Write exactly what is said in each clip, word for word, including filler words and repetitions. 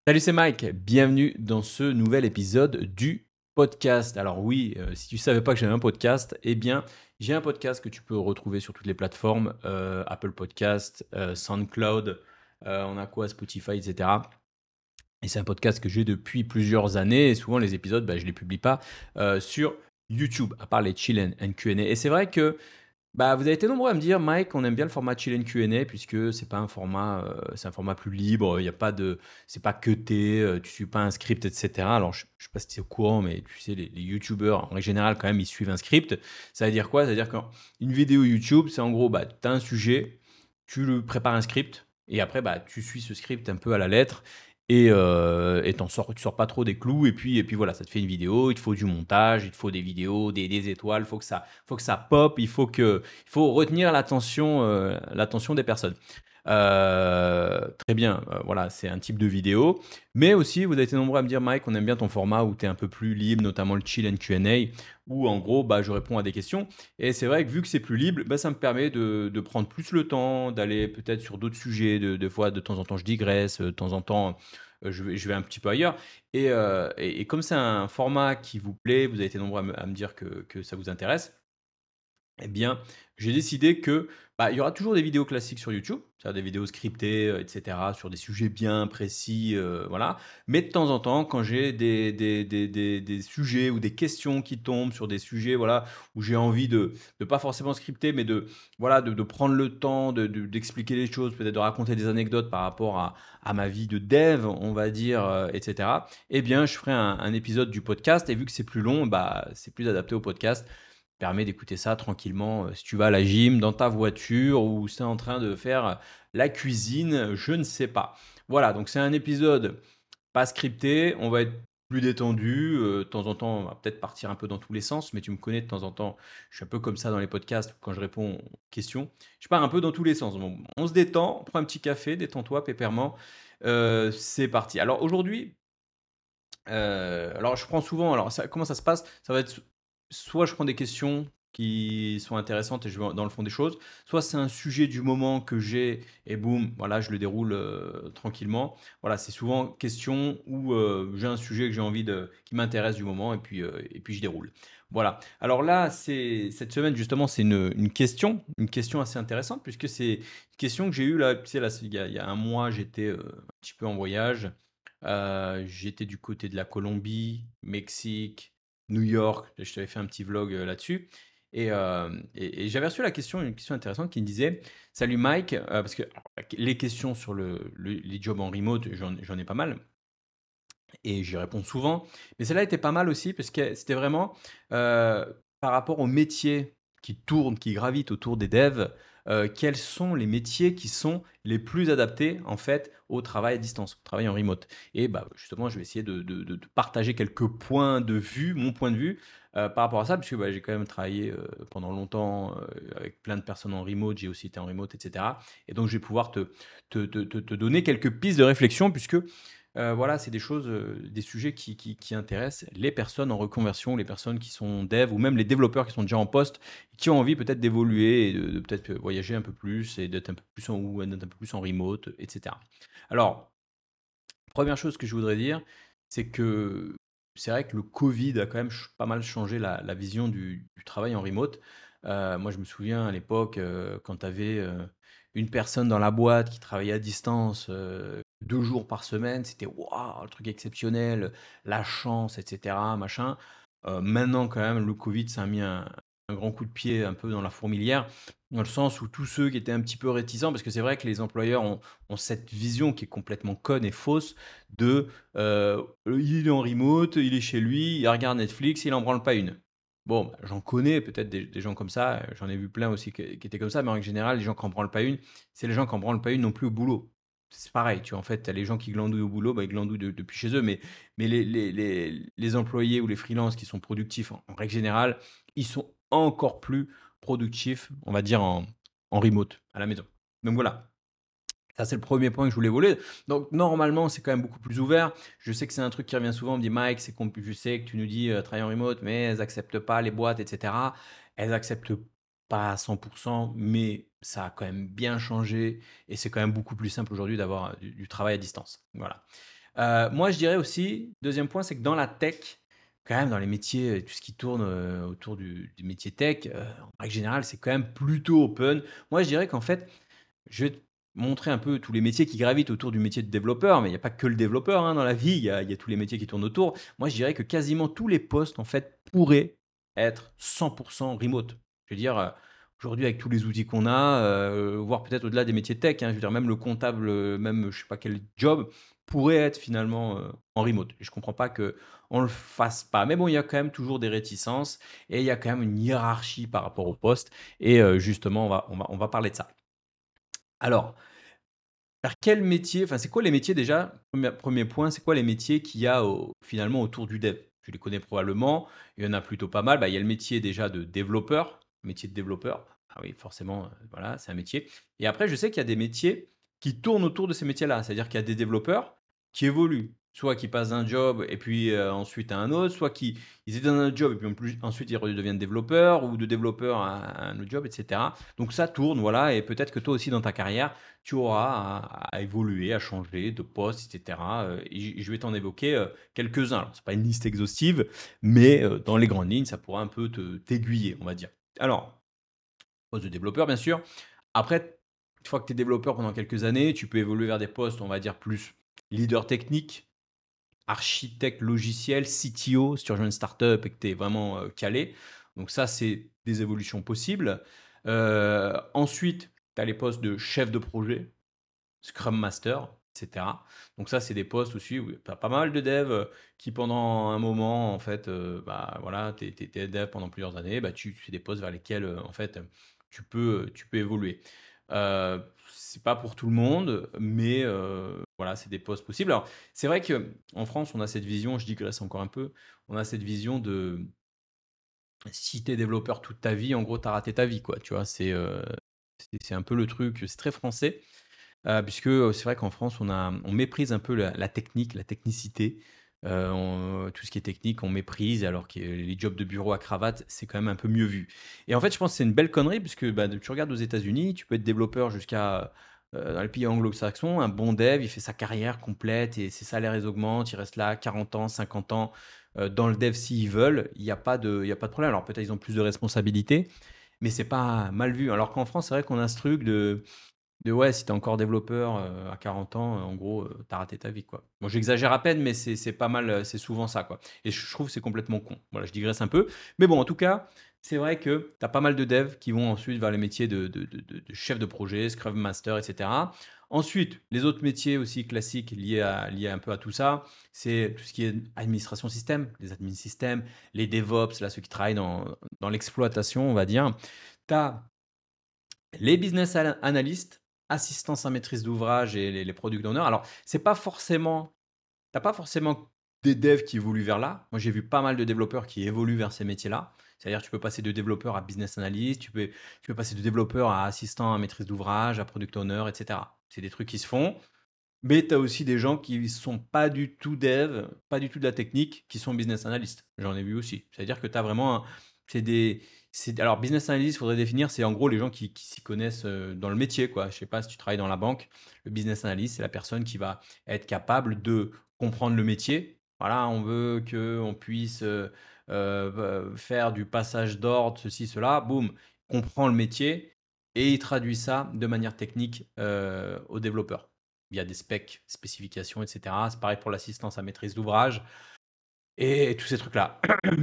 Salut, c'est Mike. Bienvenue dans ce nouvel épisode du podcast. Alors oui, euh, si tu savais pas que j'avais un podcast, eh bien, j'ai un podcast que tu peux retrouver sur toutes les plateformes, euh, Apple Podcast, euh, SoundCloud, euh, on a quoi, Spotify, et cetera. Et c'est un podcast que j'ai depuis plusieurs années. Et souvent, les épisodes, bah, je les publie pas euh, sur YouTube, à part les chill and and Q and A. Et c'est vrai que bah, vous avez été nombreux à me dire: «Mike, on aime bien le format chill and Q and A puisque c'est pas un format, heu, c'est un format plus libre, il y a pas de c'est pas cuté, heu, tu suis pas un script et cetera». Alors je je sais pas si tu es au courant, mais tu sais les les youtubeurs en règle générale quand même, ils suivent un script. Ça veut dire quoi? Ça veut dire qu'une vidéo YouTube, c'est en gros, bah, tu as un sujet, tu le prépares un script et après, bah, tu suis ce script un peu à la lettre et heu et tu sors tu sors pas trop des clous et puis et puis voilà, ça te fait une vidéo, il te faut du montage, il te faut des vidéos, des des étoiles, il faut que ça faut que ça pop, il faut que il faut retenir l'attention, heu, l'attention des personnes. Heu, très bien, heu, voilà, c'est un type de vidéo. Mais aussi, vous avez été nombreux à me dire: «Mike, on aime bien ton format où tu es un peu plus libre, notamment le chill and Q and A, où en gros, bah, je réponds à des questions». Et c'est vrai que vu que c'est plus libre, bah, ça me permet de de prendre plus le temps, d'aller peut-être sur d'autres sujets, de des fois, de temps en temps, je digresse, de temps en temps, heu, je vais je vais un petit peu ailleurs. Et heu et et comme c'est un format qui vous plaît, vous avez été nombreux à me à me dire que que ça vous intéresse, eh bien, j'ai décidé que, bah, il y aura toujours des vidéos classiques sur YouTube, c'est-à-dire des vidéos scriptées, heu, et cetera, sur des sujets bien précis, heu, voilà. Mais de temps en temps, quand j'ai des des des des des sujets ou des questions qui tombent sur des sujets, voilà, où j'ai envie de de pas forcément scripter, mais de, voilà, de de prendre le temps de de d'expliquer les choses, peut-être de raconter des anecdotes par rapport à à ma vie de dev, on va dire, heu, et cetera. Eh bien, je ferai un un épisode du podcast et vu que c'est plus long, bah, c'est plus adapté au podcast. Permet d'écouter ça tranquillement, heu, si tu vas à la gym, dans ta voiture ou si tu es en train de faire la cuisine, je ne sais pas. Voilà, donc c'est un épisode pas scripté, on va être plus détendu, heu, de temps en temps, on va peut-être partir un peu dans tous les sens, mais tu me connais de temps en temps, je suis un peu comme ça dans les podcasts quand je réponds aux questions. Je pars un peu dans tous les sens. Bon, on se détend, on prend un petit café, détends-toi pépèrement, heu, c'est parti. Alors aujourd'hui, Heu, alors je prends souvent alors ça comment ça se passe? Ça va être s soit je prends des questions qui sont intéressantes et je vais dans le fond des choses, soit c'est un sujet du moment que j'ai et boum, voilà, je le déroule, heu, tranquillement. Voilà, c'est souvent question où, heu, j'ai un sujet que j'ai envie de qui m'intéresse du moment et puis, heu et puis je déroule. Voilà. Alors là, c'est cette semaine justement, c'est une, une question, une question assez intéressante puisque c'est une question que j'ai eue là, tu sais là, c'est il y a il y a un mois, j'étais, heu, un petit peu en voyage. Heu, j'étais du côté de la Colombie, Mexique, New York. Je t'avais fait un petit vlog, heu, là-dessus et hem et et j'avais reçu la question une question intéressante qui me disait: «Salut Mike», heu, parce que alors les questions sur le le les jobs en remote, j'en j'en ai pas mal et j'y réponds souvent. Mais celle-là était pas mal aussi parce que c'était vraiment, heu, par rapport aux métiers qui tournent, qui gravitent autour des devs, heu, quels sont les métiers qui sont les plus adaptés, en fait, au travail à distance, au travail en remote? Et bah, justement, je vais essayer de de de de partager quelques points de vue, mon point de vue, heu, par rapport à ça, puisque, bah, j'ai quand même travaillé, heu, pendant longtemps, heu, avec plein de personnes en remote. J'ai aussi été en remote et cetera et donc je vais pouvoir te te te te te donner quelques pistes de réflexion puisque, Heu, voilà, c'est des choses, heu, des sujets qui qui qui intéressent les personnes en reconversion, les personnes qui sont dev ou même les développeurs qui sont déjà en poste, qui ont envie peut-être d'évoluer et de de peut-être, heu, voyager un peu plus et d'être un peu plus en ou d'être un peu plus en remote, et cetera. Alors, première chose que je voudrais dire, c'est que c'est vrai que le covid a quand même ch pas mal changé la la vision du du travail en remote. Heu, moi, je me souviens à l'époque, heu, quand tu avais, une personne dans la boîte qui travaillait à distance, heu, deux jours par semaine, c'était waouh, le truc exceptionnel, la chance et cetera, machin. Heu, maintenant quand même, le covid, ça a mis un un grand coup de pied un peu dans la fourmilière, dans le sens où tous ceux qui étaient un petit peu réticents parce que c'est vrai que les employeurs ont ont cette vision qui est complètement conne et fausse de, heu, il est en remote, il est chez lui, il regarde Netflix, il en branle pas une. Bon, bah, j'en connais peut-être des des gens comme ça, heu, j'en ai vu plein aussi qui qui étaient comme ça, mais en règle générale, les gens qui en branlent pas une, c'est les gens qui en branlent pas une non plus au boulot. C'est pareil, tu vois? En fait, tu as les gens qui glandouillent au boulot, bah, ils glandouillent de depuis chez eux, mais mais les les les les employés ou les freelances qui sont productifs en en règle générale, ils sont encore plus productifs, on va dire en en remote, à la maison. Donc voilà. Ça, c'est le premier point que je voulais voler. Donc normalement, c'est quand même beaucoup plus ouvert. Je sais que c'est un truc qui revient souvent. On me dit: «Mike, c'est compl je sais que tu nous dis, heu, travailler en remote, mais elles acceptent pas les boîtes et cetera». Elles acceptent pas à cent pour cent, mais ça a quand même bien changé et c'est quand même beaucoup plus simple aujourd'hui d'avoir, heu, du du travail à distance. Voilà. Heu, moi, je dirais aussi, deuxième point, c'est que dans la tech, quand même, dans les métiers, tout ce qui tourne, heu, autour du du métier tech, heu, en règle générale, c'est quand même plutôt open. Moi, je dirais qu'en fait, je vais te montrer un peu tous les métiers qui gravitent autour du métier de développeur, mais il y a pas que le développeur, hein, dans la vie, il y a il y a tous les métiers qui tournent autour. Moi, je dirais que quasiment tous les postes, en fait, pourraient être cent pour cent remote. Je veux dire, heu, aujourd'hui, avec tous les outils qu'on a, heu, voire peut-être au-delà des métiers tech, hein, je veux dire même le comptable, heu, même je sais pas quel job pourrait être finalement, heu, en remote. Et je comprends pas qu'on le fasse pas. Mais bon, il y a quand même toujours des réticences et il y a quand même une hiérarchie par rapport au poste et heu, justement, on va on va on va parler de ça. Alors, vers quel métier, enfin, c'est quoi les métiers déjà? Premier premier point, c'est quoi les métiers qu'il y a au finalement autour du dev? Tu les connais probablement, il y en a plutôt pas mal. Bah, il y a le métier déjà de développeur, métier de développeur. Ah oui, forcément, heu, voilà, c'est un métier. Et après, je sais qu'il y a des métiers qui tournent autour de ces métiers-là. C'est-à-dire qu'il y a des développeurs qui évoluent, soit qui passent d'un job et puis, heu, ensuite à un autre, soit qui ils étaient dans un job et puis en plus ensuite ils redeviennent développeurs ou de développeurs à à un autre job et cetera. Donc ça tourne, voilà, et peut-être que toi aussi dans ta carrière, tu auras à, à évoluer, à changer de poste, et cetera. Euh, Et j- je vais t'en évoquer euh, quelques-uns. Alors, c'est pas une liste exhaustive, mais euh, dans les grandes lignes, ça pourra un peu te t'aiguiller, on va dire. Alors, poste de développeur, bien sûr. Après, une fois que tu es développeur pendant quelques années, tu peux évoluer vers des postes, on va dire, plus leader technique, architecte logiciel, C T O, si tu rejoins une startup et que tu es vraiment euh, calé. Donc ça, c'est des évolutions possibles. Euh, ensuite, tu as les postes de chef de projet, Scrum Master, et cetera. Donc ça, c'est des postes aussi où tu as pas mal de devs euh, qui, pendant un moment, en fait, euh, bah, voilà, tu es, dev pendant plusieurs années, bah, tu fais des postes vers lesquels, euh, en fait, tu peux, tu peux évoluer. Euh, c'est pas pour tout le monde, mais euh, voilà, c'est des postes possibles. Alors, c'est vrai que en France, on a cette vision, je digresse encore un peu, on a cette vision de si tu es développeur toute ta vie, en gros, tu as raté ta vie, quoi. Tu vois, c'est euh, c'est c'est un peu le truc, c'est très français. Heu, puisque, heu, c'est vrai qu'en France, on a on méprise un peu la la technique, la technicité. Heu, on tout ce qui est technique, on méprise, alors que les jobs de bureau à cravate, c'est quand même un peu mieux vu. Et en fait, je pense que c'est une belle connerie puisque, bah, tu regardes aux États-Unis, tu peux être développeur jusqu'à, heu, dans les pays anglo-saxons, un bon dev, il fait sa carrière complète et ses salaires, ils augmentent, il reste là quarante ans, cinquante ans, heu, dans le dev s'ils veulent, il y a pas de il y a pas de problème. Alors peut-être ils ont plus de responsabilités, mais c'est pas mal vu. Alors qu'en France, c'est vrai qu'on a ce truc de de ouais, si t'es encore développeur, heu, à quarante ans, heu, en gros, heu, tu raté ta vie, quoi. Bon, j'exagère à peine, mais c'est c'est pas mal, heu, c'est souvent ça, quoi. Et je trouve que c'est complètement con. Voilà, je digresse un peu. Mais bon, en tout cas, c'est vrai que tu as pas mal de devs qui vont ensuite vers les métiers de de de de de chef de projet, Scrum Master, et cetera. Ensuite, les autres métiers aussi classiques liés à liés un peu à tout ça, c'est tout ce qui est administration système, les admin systèmes, les DevOps, là, ceux qui travaillent dans dans l'exploitation, on va dire. Tu as les business ana- analysts, assistance à maîtrise d'ouvrage et les, les product owners. Alors, c'est pas forcément, t'as pas forcément des devs qui évoluent vers là. Moi, j'ai vu pas mal de développeurs qui évoluent vers ces métiers-là. C'est-à-dire, tu peux passer de développeur à business analyst, tu peux, tu peux passer de développeur à assistant à maîtrise d'ouvrage, à product owner, et cetera. C'est des trucs qui se font. Mais tu as aussi des gens qui sont pas du tout dev, pas du tout de la technique, qui sont business analyst. J'en ai vu aussi. C'est-à-dire que tu as vraiment un- c'est des c'est alors business analyst, il faudrait définir, c'est en gros les gens qui, qui s'y connaissent euh, dans le métier, quoi. Je sais pas si tu travailles dans la banque, le business analyst, c'est la personne qui va être capable de comprendre le métier. Voilà, on veut que on puisse euh, euh, euh, faire du passage d'ordre, ceci, cela, boum, comprend le métier et il traduit ça de manière technique euh, aux développeurs via des specs, spécifications, et cetera. C'est pareil pour l'assistance à maîtrise d'ouvrage et tous ces trucs-là.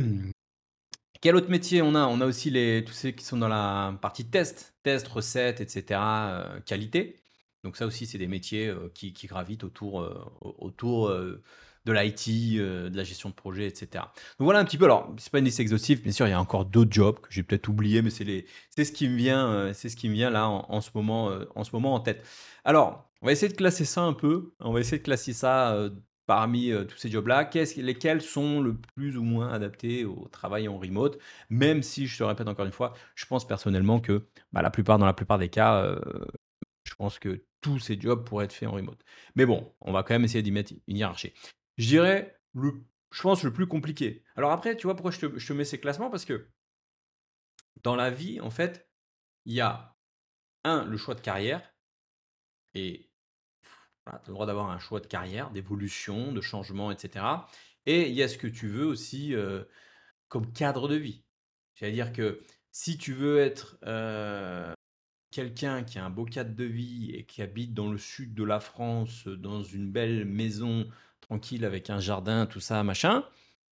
Quel autre métier on a? On a aussi les, tous ceux qui sont dans la partie test, test, recettes, et cetera, euh, qualité. Donc ça aussi, c'est des métiers euh, qui, qui gravitent autour, euh, autour euh, de l'I T, euh, de la gestion de projet, et cetera. Donc voilà un petit peu. Alors, c'est pas une liste exhaustive, bien sûr, il y a encore d'autres jobs que j'ai peut-être oubliés, mais c'est les, c'est ce qui me vient, euh, c'est ce qui me vient là en, en ce moment, euh, en ce moment en tête. Alors, on va essayer de classer ça un peu. On va essayer de classer ça euh, parmi euh, tous ces jobs-là. Qu'est-ce- lesquels sont le plus ou moins adaptés au travail en remote? Même si, je te répète encore une fois, je pense personnellement que bah, la plupart, dans la plupart des cas, euh, je pense que tous ces jobs pourraient être faits en remote. Mais bon, on va quand même essayer d'y mettre une hiérarchie. Je dirais, le, je pense, le plus compliqué. Alors après, tu vois pourquoi je te, je te mets ces classements? Parce que dans la vie, en fait, il y a, un, le choix de carrière. Et Voilà, tu as le droit d'avoir un choix de carrière, d'évolution, de changement, et cetera. Et il y a ce que tu veux aussi euh, comme cadre de vie. C'est-à-dire que si tu veux être euh, quelqu'un qui a un beau cadre de vie et qui habite dans le sud de la France, dans une belle maison tranquille avec un jardin, tout ça, machin,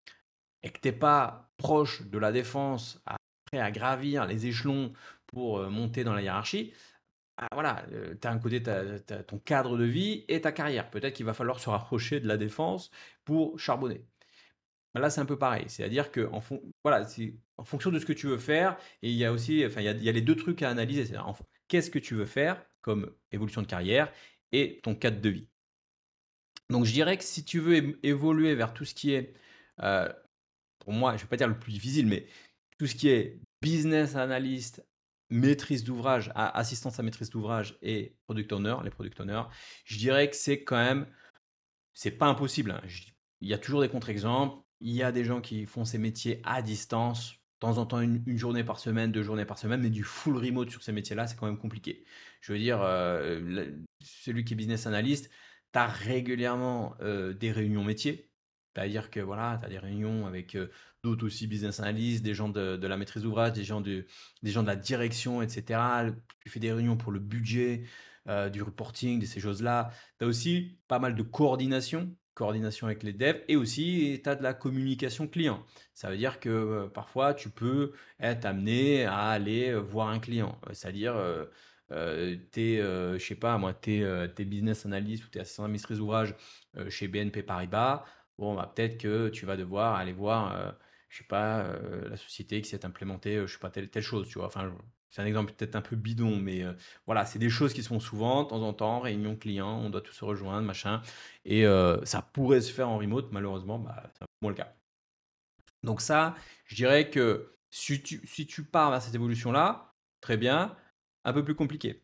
et que tu n'es pas proche de la défense, à- prêt à gravir les échelons pour euh, monter dans la hiérarchie, ah, voilà, tu as un côté t'as- t'as ton cadre de vie et ta carrière. Peut-être qu'il va falloir se rapprocher de la défense pour charbonner. Ben là, c'est un peu pareil. C'est-à-dire que en, fon- voilà, c'est en fonction de ce que tu veux faire, et il y a aussi, enfin, il y a, il y a les deux trucs à analyser. C'est-à-dire, en fon- qu'est-ce que tu veux faire comme évolution de carrière et ton cadre de vie. Donc, je dirais que si tu veux é- évoluer vers tout ce qui est, euh, pour moi, je ne vais pas dire le plus difficile, mais tout ce qui est business analyst, maîtrise d'ouvrage, a- assistance à maîtrise d'ouvrage et product owner, les product owners, je dirais que c'est quand même, c'est pas impossible, hein. Je- Il y a toujours des contre-exemples. Il y a des gens qui font ces métiers à distance, de temps en temps une, une journée par semaine, deux journées par semaine, mais du full remote sur ces métiers-là, c'est quand même compliqué. Je veux dire, euh, le- celui qui est business analyst, tu as régulièrement euh, des réunions métiers. C'est-à-dire que voilà, tu as des réunions avec euh, d'autres aussi business analysts, des gens de, de la maîtrise d'ouvrage, des gens de, des gens de la direction, et cetera. Tu fais des réunions pour le budget, euh, du reporting, de ces choses-là. Tu as aussi pas mal de coordination, coordination avec les devs, et aussi tu as de la communication client. Ça veut dire que euh, parfois tu peux être amené à aller euh, voir un client. Euh, C'est-à-dire, euh, euh, tu es, euh, je sais pas, moi, tu es, business analyst ou tu es assistant à maîtrise d'ouvrage euh, chez B N P Paribas. Bon, bah, peut-être que tu vas devoir aller voir, euh, je sais pas, euh, la société qui s'est implémentée, euh, je sais pas, telle, telle chose, tu vois. Enfin, c'est un exemple peut-être un peu bidon, mais euh, voilà, c'est des choses qui se font souvent, de temps en temps, réunion client, on doit tous se rejoindre, machin. Et euh, ça pourrait se faire en remote, malheureusement, bah, c'est un peu moins le cas. Donc ça, je dirais que si tu, si tu pars vers cette évolution-là, très bien, un peu plus compliqué.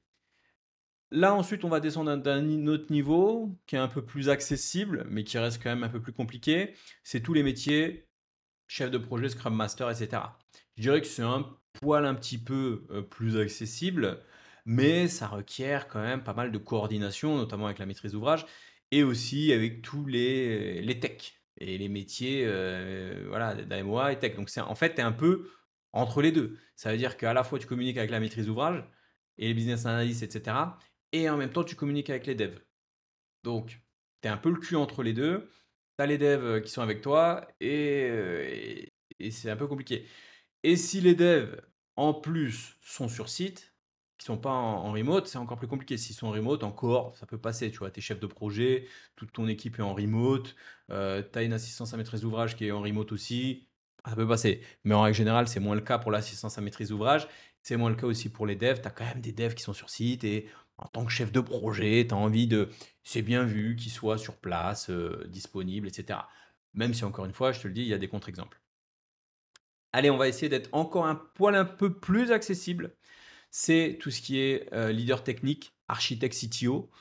Là, ensuite, on va descendre d'un d'un autre niveau qui est un peu plus accessible, mais qui reste quand même un peu plus compliqué. C'est tous les métiers, chef de projet, Scrum Master, et cetera. Je dirais que c'est un poil un petit peu euh, plus accessible, mais ça requiert quand même pas mal de coordination, notamment avec la maîtrise d'ouvrage, et aussi avec tous les, les techs et les métiers euh, voilà, d'A M O A et tech. Donc c'est, en fait, tu es un peu entre les deux. Ça veut dire qu'à la fois tu communiques avec la maîtrise d'ouvrage et les business analysts, et cetera. Et en même temps, tu communiques avec les devs. Donc, tu es un peu le cul entre les deux. Tu as les devs euh, qui sont avec toi et, euh, et- et c'est un peu compliqué. Et si les devs, en plus, sont sur site, qui sont pas en, en remote, c'est encore plus compliqué. S'ils sont en remote, encore, ça peut passer. Tu vois, tu es chef de projet, toute ton équipe est en remote, tu as une assistance à maîtrise d'ouvrage qui est en remote aussi, ça peut passer. Mais en règle générale, c'est moins le cas pour l'assistance à maîtrise d'ouvrage. C'est moins le cas aussi pour les devs. Tu as quand même des devs qui sont sur site et en tant que chef de projet, tu as envie de. C'est bien vu qu'ils soient sur place, euh, disponibles, et cetera. Même si, encore une fois, je te le dis, il y a des contre-exemples. Allez, on va essayer d'être encore un poil un peu plus accessible. C'est tout ce qui est euh, leader technique, architecte C T O.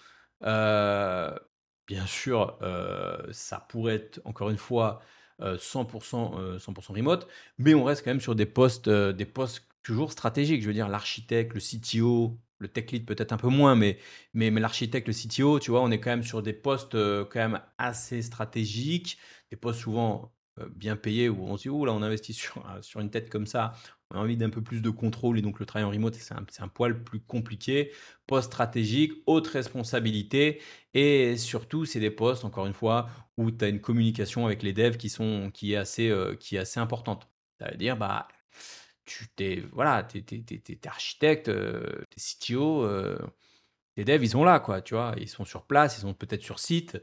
Euh, Bien sûr, euh, ça pourrait être encore une fois euh, cent pour cent, euh, cent pour cent remote, mais on reste quand même sur des postes, euh, des postes toujours stratégiques. Je veux dire, l'architecte, le C T O, le tech lead peut-être un peu moins, mais, mais, mais l'architecte, le C T O, tu vois, on est quand même sur des postes euh, quand même assez stratégiques, des postes souvent euh, bien payés où on se dit, oh là, on investit sur, euh, sur une tête comme ça, on a envie d'un peu plus de contrôle et donc le travail en remote, c'est un, c'est un poil plus compliqué. Poste stratégique, haute responsabilité et surtout, c'est des postes, encore une fois, où tu as une communication avec les devs qui, sont, qui, est, assez, euh, qui est assez importante. Ça veut dire, bah, tu t'es, voilà, t'es, t'es, t'es, t'es architecte, euh, t'es C T O, euh, tes devs, ils sont là, quoi, tu vois, ils sont sur place, ils sont peut-être sur site.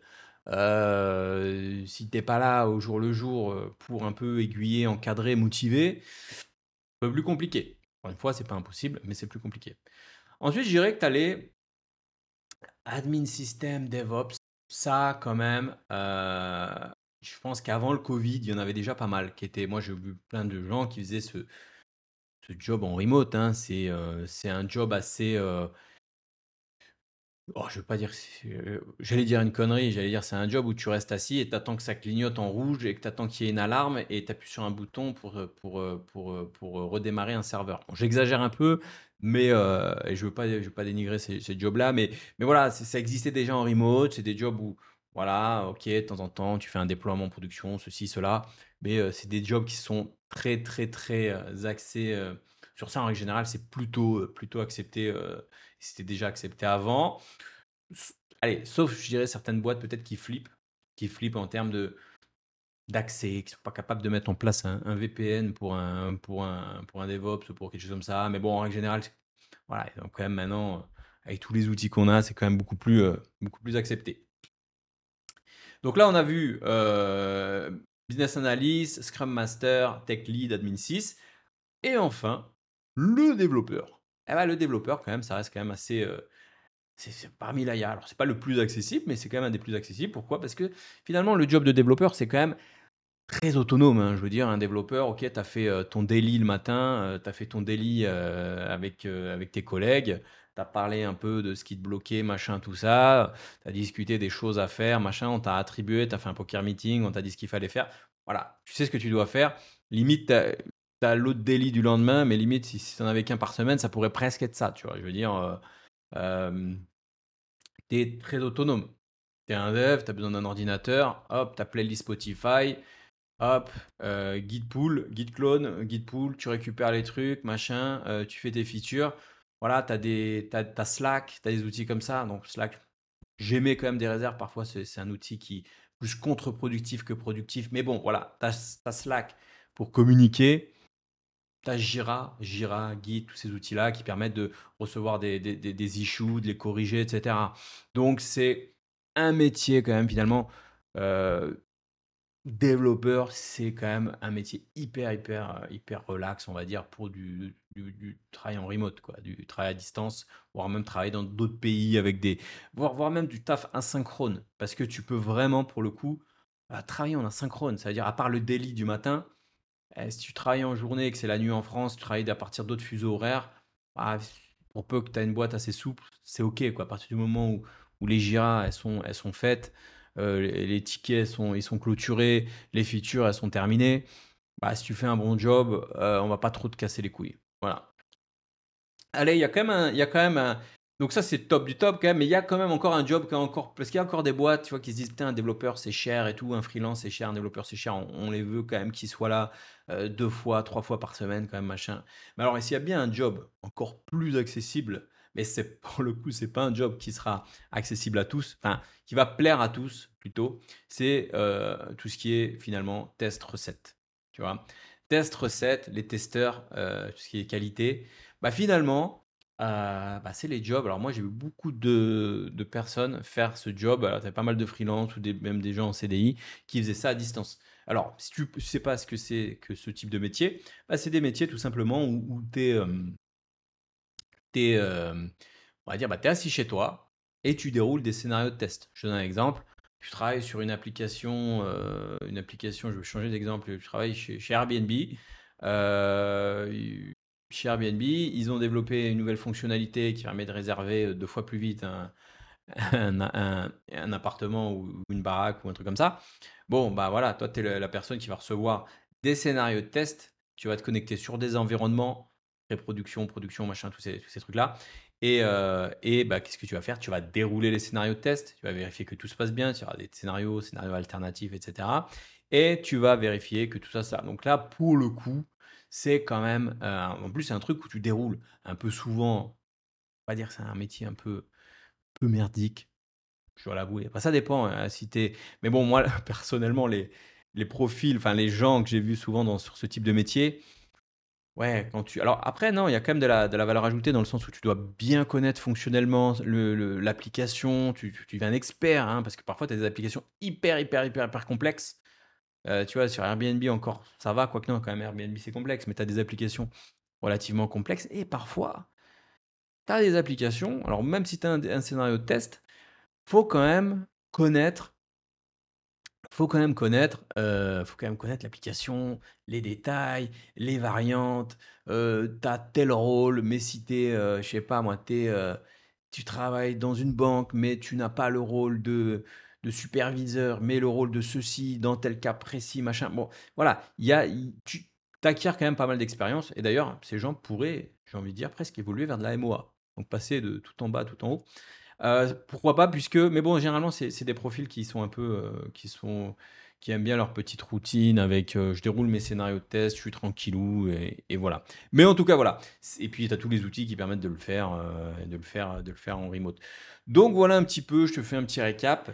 Euh, si t'es pas là au jour le jour euh, pour un peu aiguiller, encadrer, motiver, un peu plus compliqué. Encore une fois, c'est pas impossible, mais c'est plus compliqué. Ensuite, je dirais que tu as les admin système, DevOps. Ça, quand même, euh, je pense qu'avant le Covid, il y en avait déjà pas mal qui étaient. Moi, j'ai vu plein de gens qui faisaient ce, ce job en remote, hein. C'est euh, c'est un job assez, euh, Oh, je veux pas dire que c'est heu, j'allais dire une connerie, j'allais dire c'est un job où tu restes assis et tu attends que ça clignote en rouge et que tu attends qu'il y ait une alarme et tu appuies sur un bouton pour, heu, pour, heu, pour, heu, pour, heu, redémarrer un serveur. Bon, j'exagère un peu, mais heu et je veux pas je veux pas dénigrer ces ces jobs-là, mais mais voilà, c'est ça existait déjà en remote, c'est des jobs où voilà, OK, de temps en temps, tu fais un déploiement en production, ceci, cela, mais heu, c'est des jobs qui sont très, très, très, heu, axés, heu, sur ça. En règle générale, c'est plutôt, heu, plutôt accepté, heu, c'était déjà accepté avant. S Allez, sauf je dirais certaines boîtes peut-être qui flippent, qui flippent en termes de d'accès, qui sont pas capables de mettre en place un un V P N pour un pour un pour un DevOps ou pour quelque chose comme ça. Mais bon, en règle générale, c'est voilà, donc quand même maintenant, heu, avec tous les outils qu'on a, c'est quand même beaucoup plus, heu, beaucoup plus accepté. Donc là, on a vu, heu, business analyst, scrum master, tech lead, admin six et enfin, le développeur. Et bah, le développeur quand même, ça reste quand même assez, heu c'est c'est parmi l'A I A. Alors, c'est pas le plus accessible, mais c'est quand même un des plus accessibles. Pourquoi? Parce que finalement, le job de développeur, c'est quand même très autonome, hein. Je veux dire, un développeur, OK, tu as fait, heu, ton daily le matin, heu, tu as fait ton daily, heu, avec, heu, avec tes collègues. Tu as parlé un peu de ce qui te bloquait, machin, tout ça. Tu as discuté des choses à faire, machin. On t'a attribué, tu as fait un poker meeting, on t'a dit ce qu'il fallait faire. Voilà, tu sais ce que tu dois faire. Limite, tu as l'autre daily du lendemain, mais limite, si si tu en avais qu'un par semaine, ça pourrait presque être ça, tu vois? Je veux dire, heu, hem tu es très autonome. Tu es un dev, tu as besoin d'un ordinateur, hop, ta playlist Spotify, hop, heu, git pull, git clone, git pull, tu récupères les trucs, machin, heu, tu fais tes features. Voilà, tu as des tu as Slack, tu as des outils comme ça. Donc Slack, j'émets quand même des réserves. Parfois, c'est c'est un outil qui est plus contre-productif que productif. Mais bon, voilà, tu as Slack pour communiquer. Tu as Jira, Jira, Git, tous ces outils-là qui permettent de recevoir des des des des issues, de les corriger et cetera. Donc c'est un métier quand même finalement, heu, développeur, c'est quand même un métier hyper, hyper, heu, hyper relax, on va dire, pour du du du travail en remote quoi, du travail à distance, voire même travailler dans d'autres pays avec des voire voire même du taf asynchrone. Parce que tu peux vraiment pour le coup, bah, travailler en asynchrone. Ça veut dire à part le daily du matin, eh, si tu travailles en journée et que c'est la nuit en France, tu travailles à partir d'autres fuseaux horaires, bah, pour peu que tu as une boîte assez souple, c'est OK, quoi. À partir du moment où, où les giras, elles sont, elles sont faites, euh, les, les tickets sont, ils sont clôturés, les features, elles sont terminées, bah, si tu fais un bon job, euh, on va pas trop te casser les couilles. Voilà. Allez, il y a quand même un, il y a quand même un. Donc ça, c'est top du top quand même, mais il y a quand même encore un job qui est encore. Parce qu'il y a encore des boîtes, tu vois, qui se disent, putain, un développeur, c'est cher et tout, un freelance, c'est cher, un développeur, c'est cher, on, on les veut quand même qu'ils soient là euh, deux fois, trois fois par semaine, quand même, machin. Mais alors, s'il y a bien un job encore plus accessible, mais c'est pour le coup, c'est pas un job qui sera accessible à tous, enfin, qui va plaire à tous plutôt, c'est euh, tout ce qui est finalement test recette, tu vois. Test recette, les testeurs, euh, tout ce qui est qualité. Bah, finalement, heu, bah, c'est les jobs. Alors moi, j'ai vu beaucoup de de personnes faire ce job. Alors, tu as pas mal de freelance ou des même des gens en C D I qui faisaient ça à distance. Alors, si tu ne sais pas ce que c'est que ce type de métier, bah, c'est des métiers tout simplement où où tu es, hem, tu es, on va dire, bah, tu es assis chez toi et tu déroules des scénarios de test. Je te donne un exemple. Tu travailles sur une application, heu, une application, je vais changer d'exemple, tu travailles chez chez Airbnb, heu, chez Airbnb, ils ont développé une nouvelle fonctionnalité qui permet de réserver, heu, deux fois plus vite un un un un appartement ou une baraque ou un truc comme ça. Bon, bah, voilà, toi, tu es la personne qui va recevoir des scénarios de test. Tu vas te connecter sur des environnements, pré-production, production, machin, tous ces tous ces trucs-là et heu et bah, qu'est-ce que tu vas faire? Tu vas dérouler les scénarios de test, tu vas vérifier que tout se passe bien, tu auras des scénarios, scénarios alternatifs et cetera et tu vas vérifier que tout ça, ça donc là, pour le coup, c'est quand même, heu, en plus, c'est un truc où tu déroules un peu souvent, on va dire que c'est un métier un peu peu merdique, je dois l'avouer. Après ça dépend, hein, si tu mais bon, moi, personnellement, les les profils, enfin les gens que j'ai vus souvent dans sur ce type de métier, ouais, quand tu alors après non, il y a quand même de la de la valeur ajoutée dans le sens où tu dois bien connaître fonctionnellement le le l'application, tu tu tu es un expert, hein, parce que parfois tu as des applications hyper, hyper, hyper, hyper complexes. Heu, tu vois, sur Airbnb encore, ça va, quoique non, quand même Airbnb c'est complexe, mais tu as des applications relativement complexes et parfois, tu as des applications, alors même si tu as un un scénario de test, faut quand même connaître faut quand même connaître, heu, faut quand même connaître l'application, les détails, les variantes, heu, tu as tel rôle, mais si tu es, je sais pas moi, tu es, tu travailles dans une banque, mais tu n'as pas le rôle de de superviseur, mais le rôle de ceci dans tel cas précis, machin. Bon, voilà, il y a il tu acquiers quand même pas mal d'expérience et d'ailleurs, ces gens pourraient, j'ai envie de dire, presque évoluer vers de la M O A. Donc passer de tout en bas à tout en haut. Heu, pourquoi pas puisque mais bon, généralement, c'est c'est des profils qui sont un peu, heu, qui sont qui aiment bien leur petite routine avec, heu, je déroule mes scénarios de test, je suis tranquillou et et voilà. Mais en tout cas, voilà. C et puis tu as tous les outils qui permettent de le faire, heu, de le faire, de le faire en remote. Donc voilà un petit peu, je te fais un petit récap,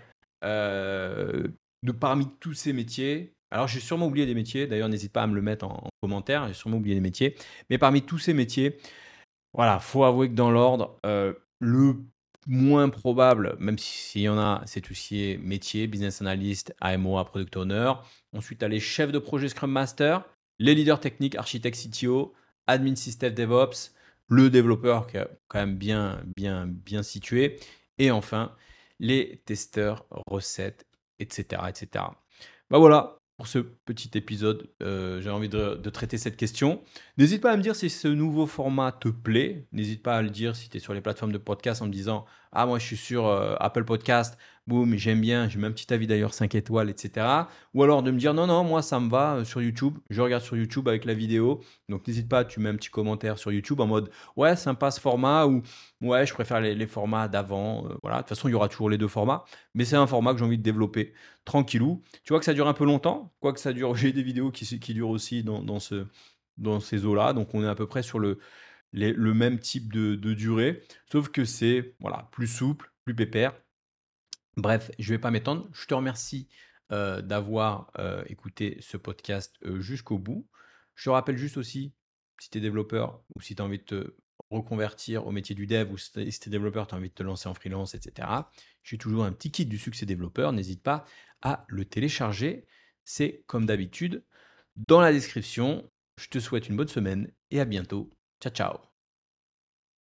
heu, de parmi tous ces métiers. Alors j'ai sûrement oublié des métiers, d'ailleurs n'hésite pas à me le mettre en en commentaire, j'ai sûrement oublié des métiers. Mais parmi tous ces métiers, voilà, faut avouer que dans l'ordre, heu, le moins probable, même s'il y en a, c'est tout ce qui est métier, business analyst, A M O A, product owner. Ensuite, tu as les chefs de projet Scrum Master, les leaders techniques, architectes C T O, admin système DevOps, le développeur qui est quand même bien, bien, bien situé. Et enfin, les testeurs, recettes, et cetera, et cetera. Bah voilà, pour ce petit épisode, euh, j'ai envie de, de traiter cette question. N'hésite pas à me dire si ce nouveau format te plaît. N'hésite pas à le dire si tu es sur les plateformes de podcast en me disant ah, moi je suis sur euh, Apple Podcast, boum, j'aime bien, j'ai même un petit avis d'ailleurs cinq étoiles, et cetera. Ou alors de me dire non, non, moi ça me va euh, sur YouTube, je regarde sur YouTube avec la vidéo. Donc n'hésite pas, tu mets un petit commentaire sur YouTube en mode ouais, sympa ce format ou ouais, je préfère les, les formats d'avant. Euh, voilà, de toute façon, il y aura toujours les deux formats, mais c'est un format que j'ai envie de développer tranquillou. Tu vois que ça dure un peu longtemps, quoique ça dure, j'ai des vidéos qui, qui durent aussi dans, dans ce, dans ces eaux-là. Donc on est à peu près sur le, les- le même type de, de durée, sauf que c'est voilà, plus souple, plus pépère. Bref, je ne vais pas m'étendre. Je te remercie euh, d'avoir euh, écouté ce podcast euh, jusqu'au bout. Je te rappelle juste aussi, si tu es développeur ou si tu as envie de te reconvertir au métier du dev ou si tu es développeur, tu as envie de te lancer en freelance, et cetera. J'ai toujours un petit kit du succès développeur. N'hésite pas à le télécharger. C'est comme d'habitude dans la description. Je te souhaite une bonne semaine et à bientôt. Ciao, ciao.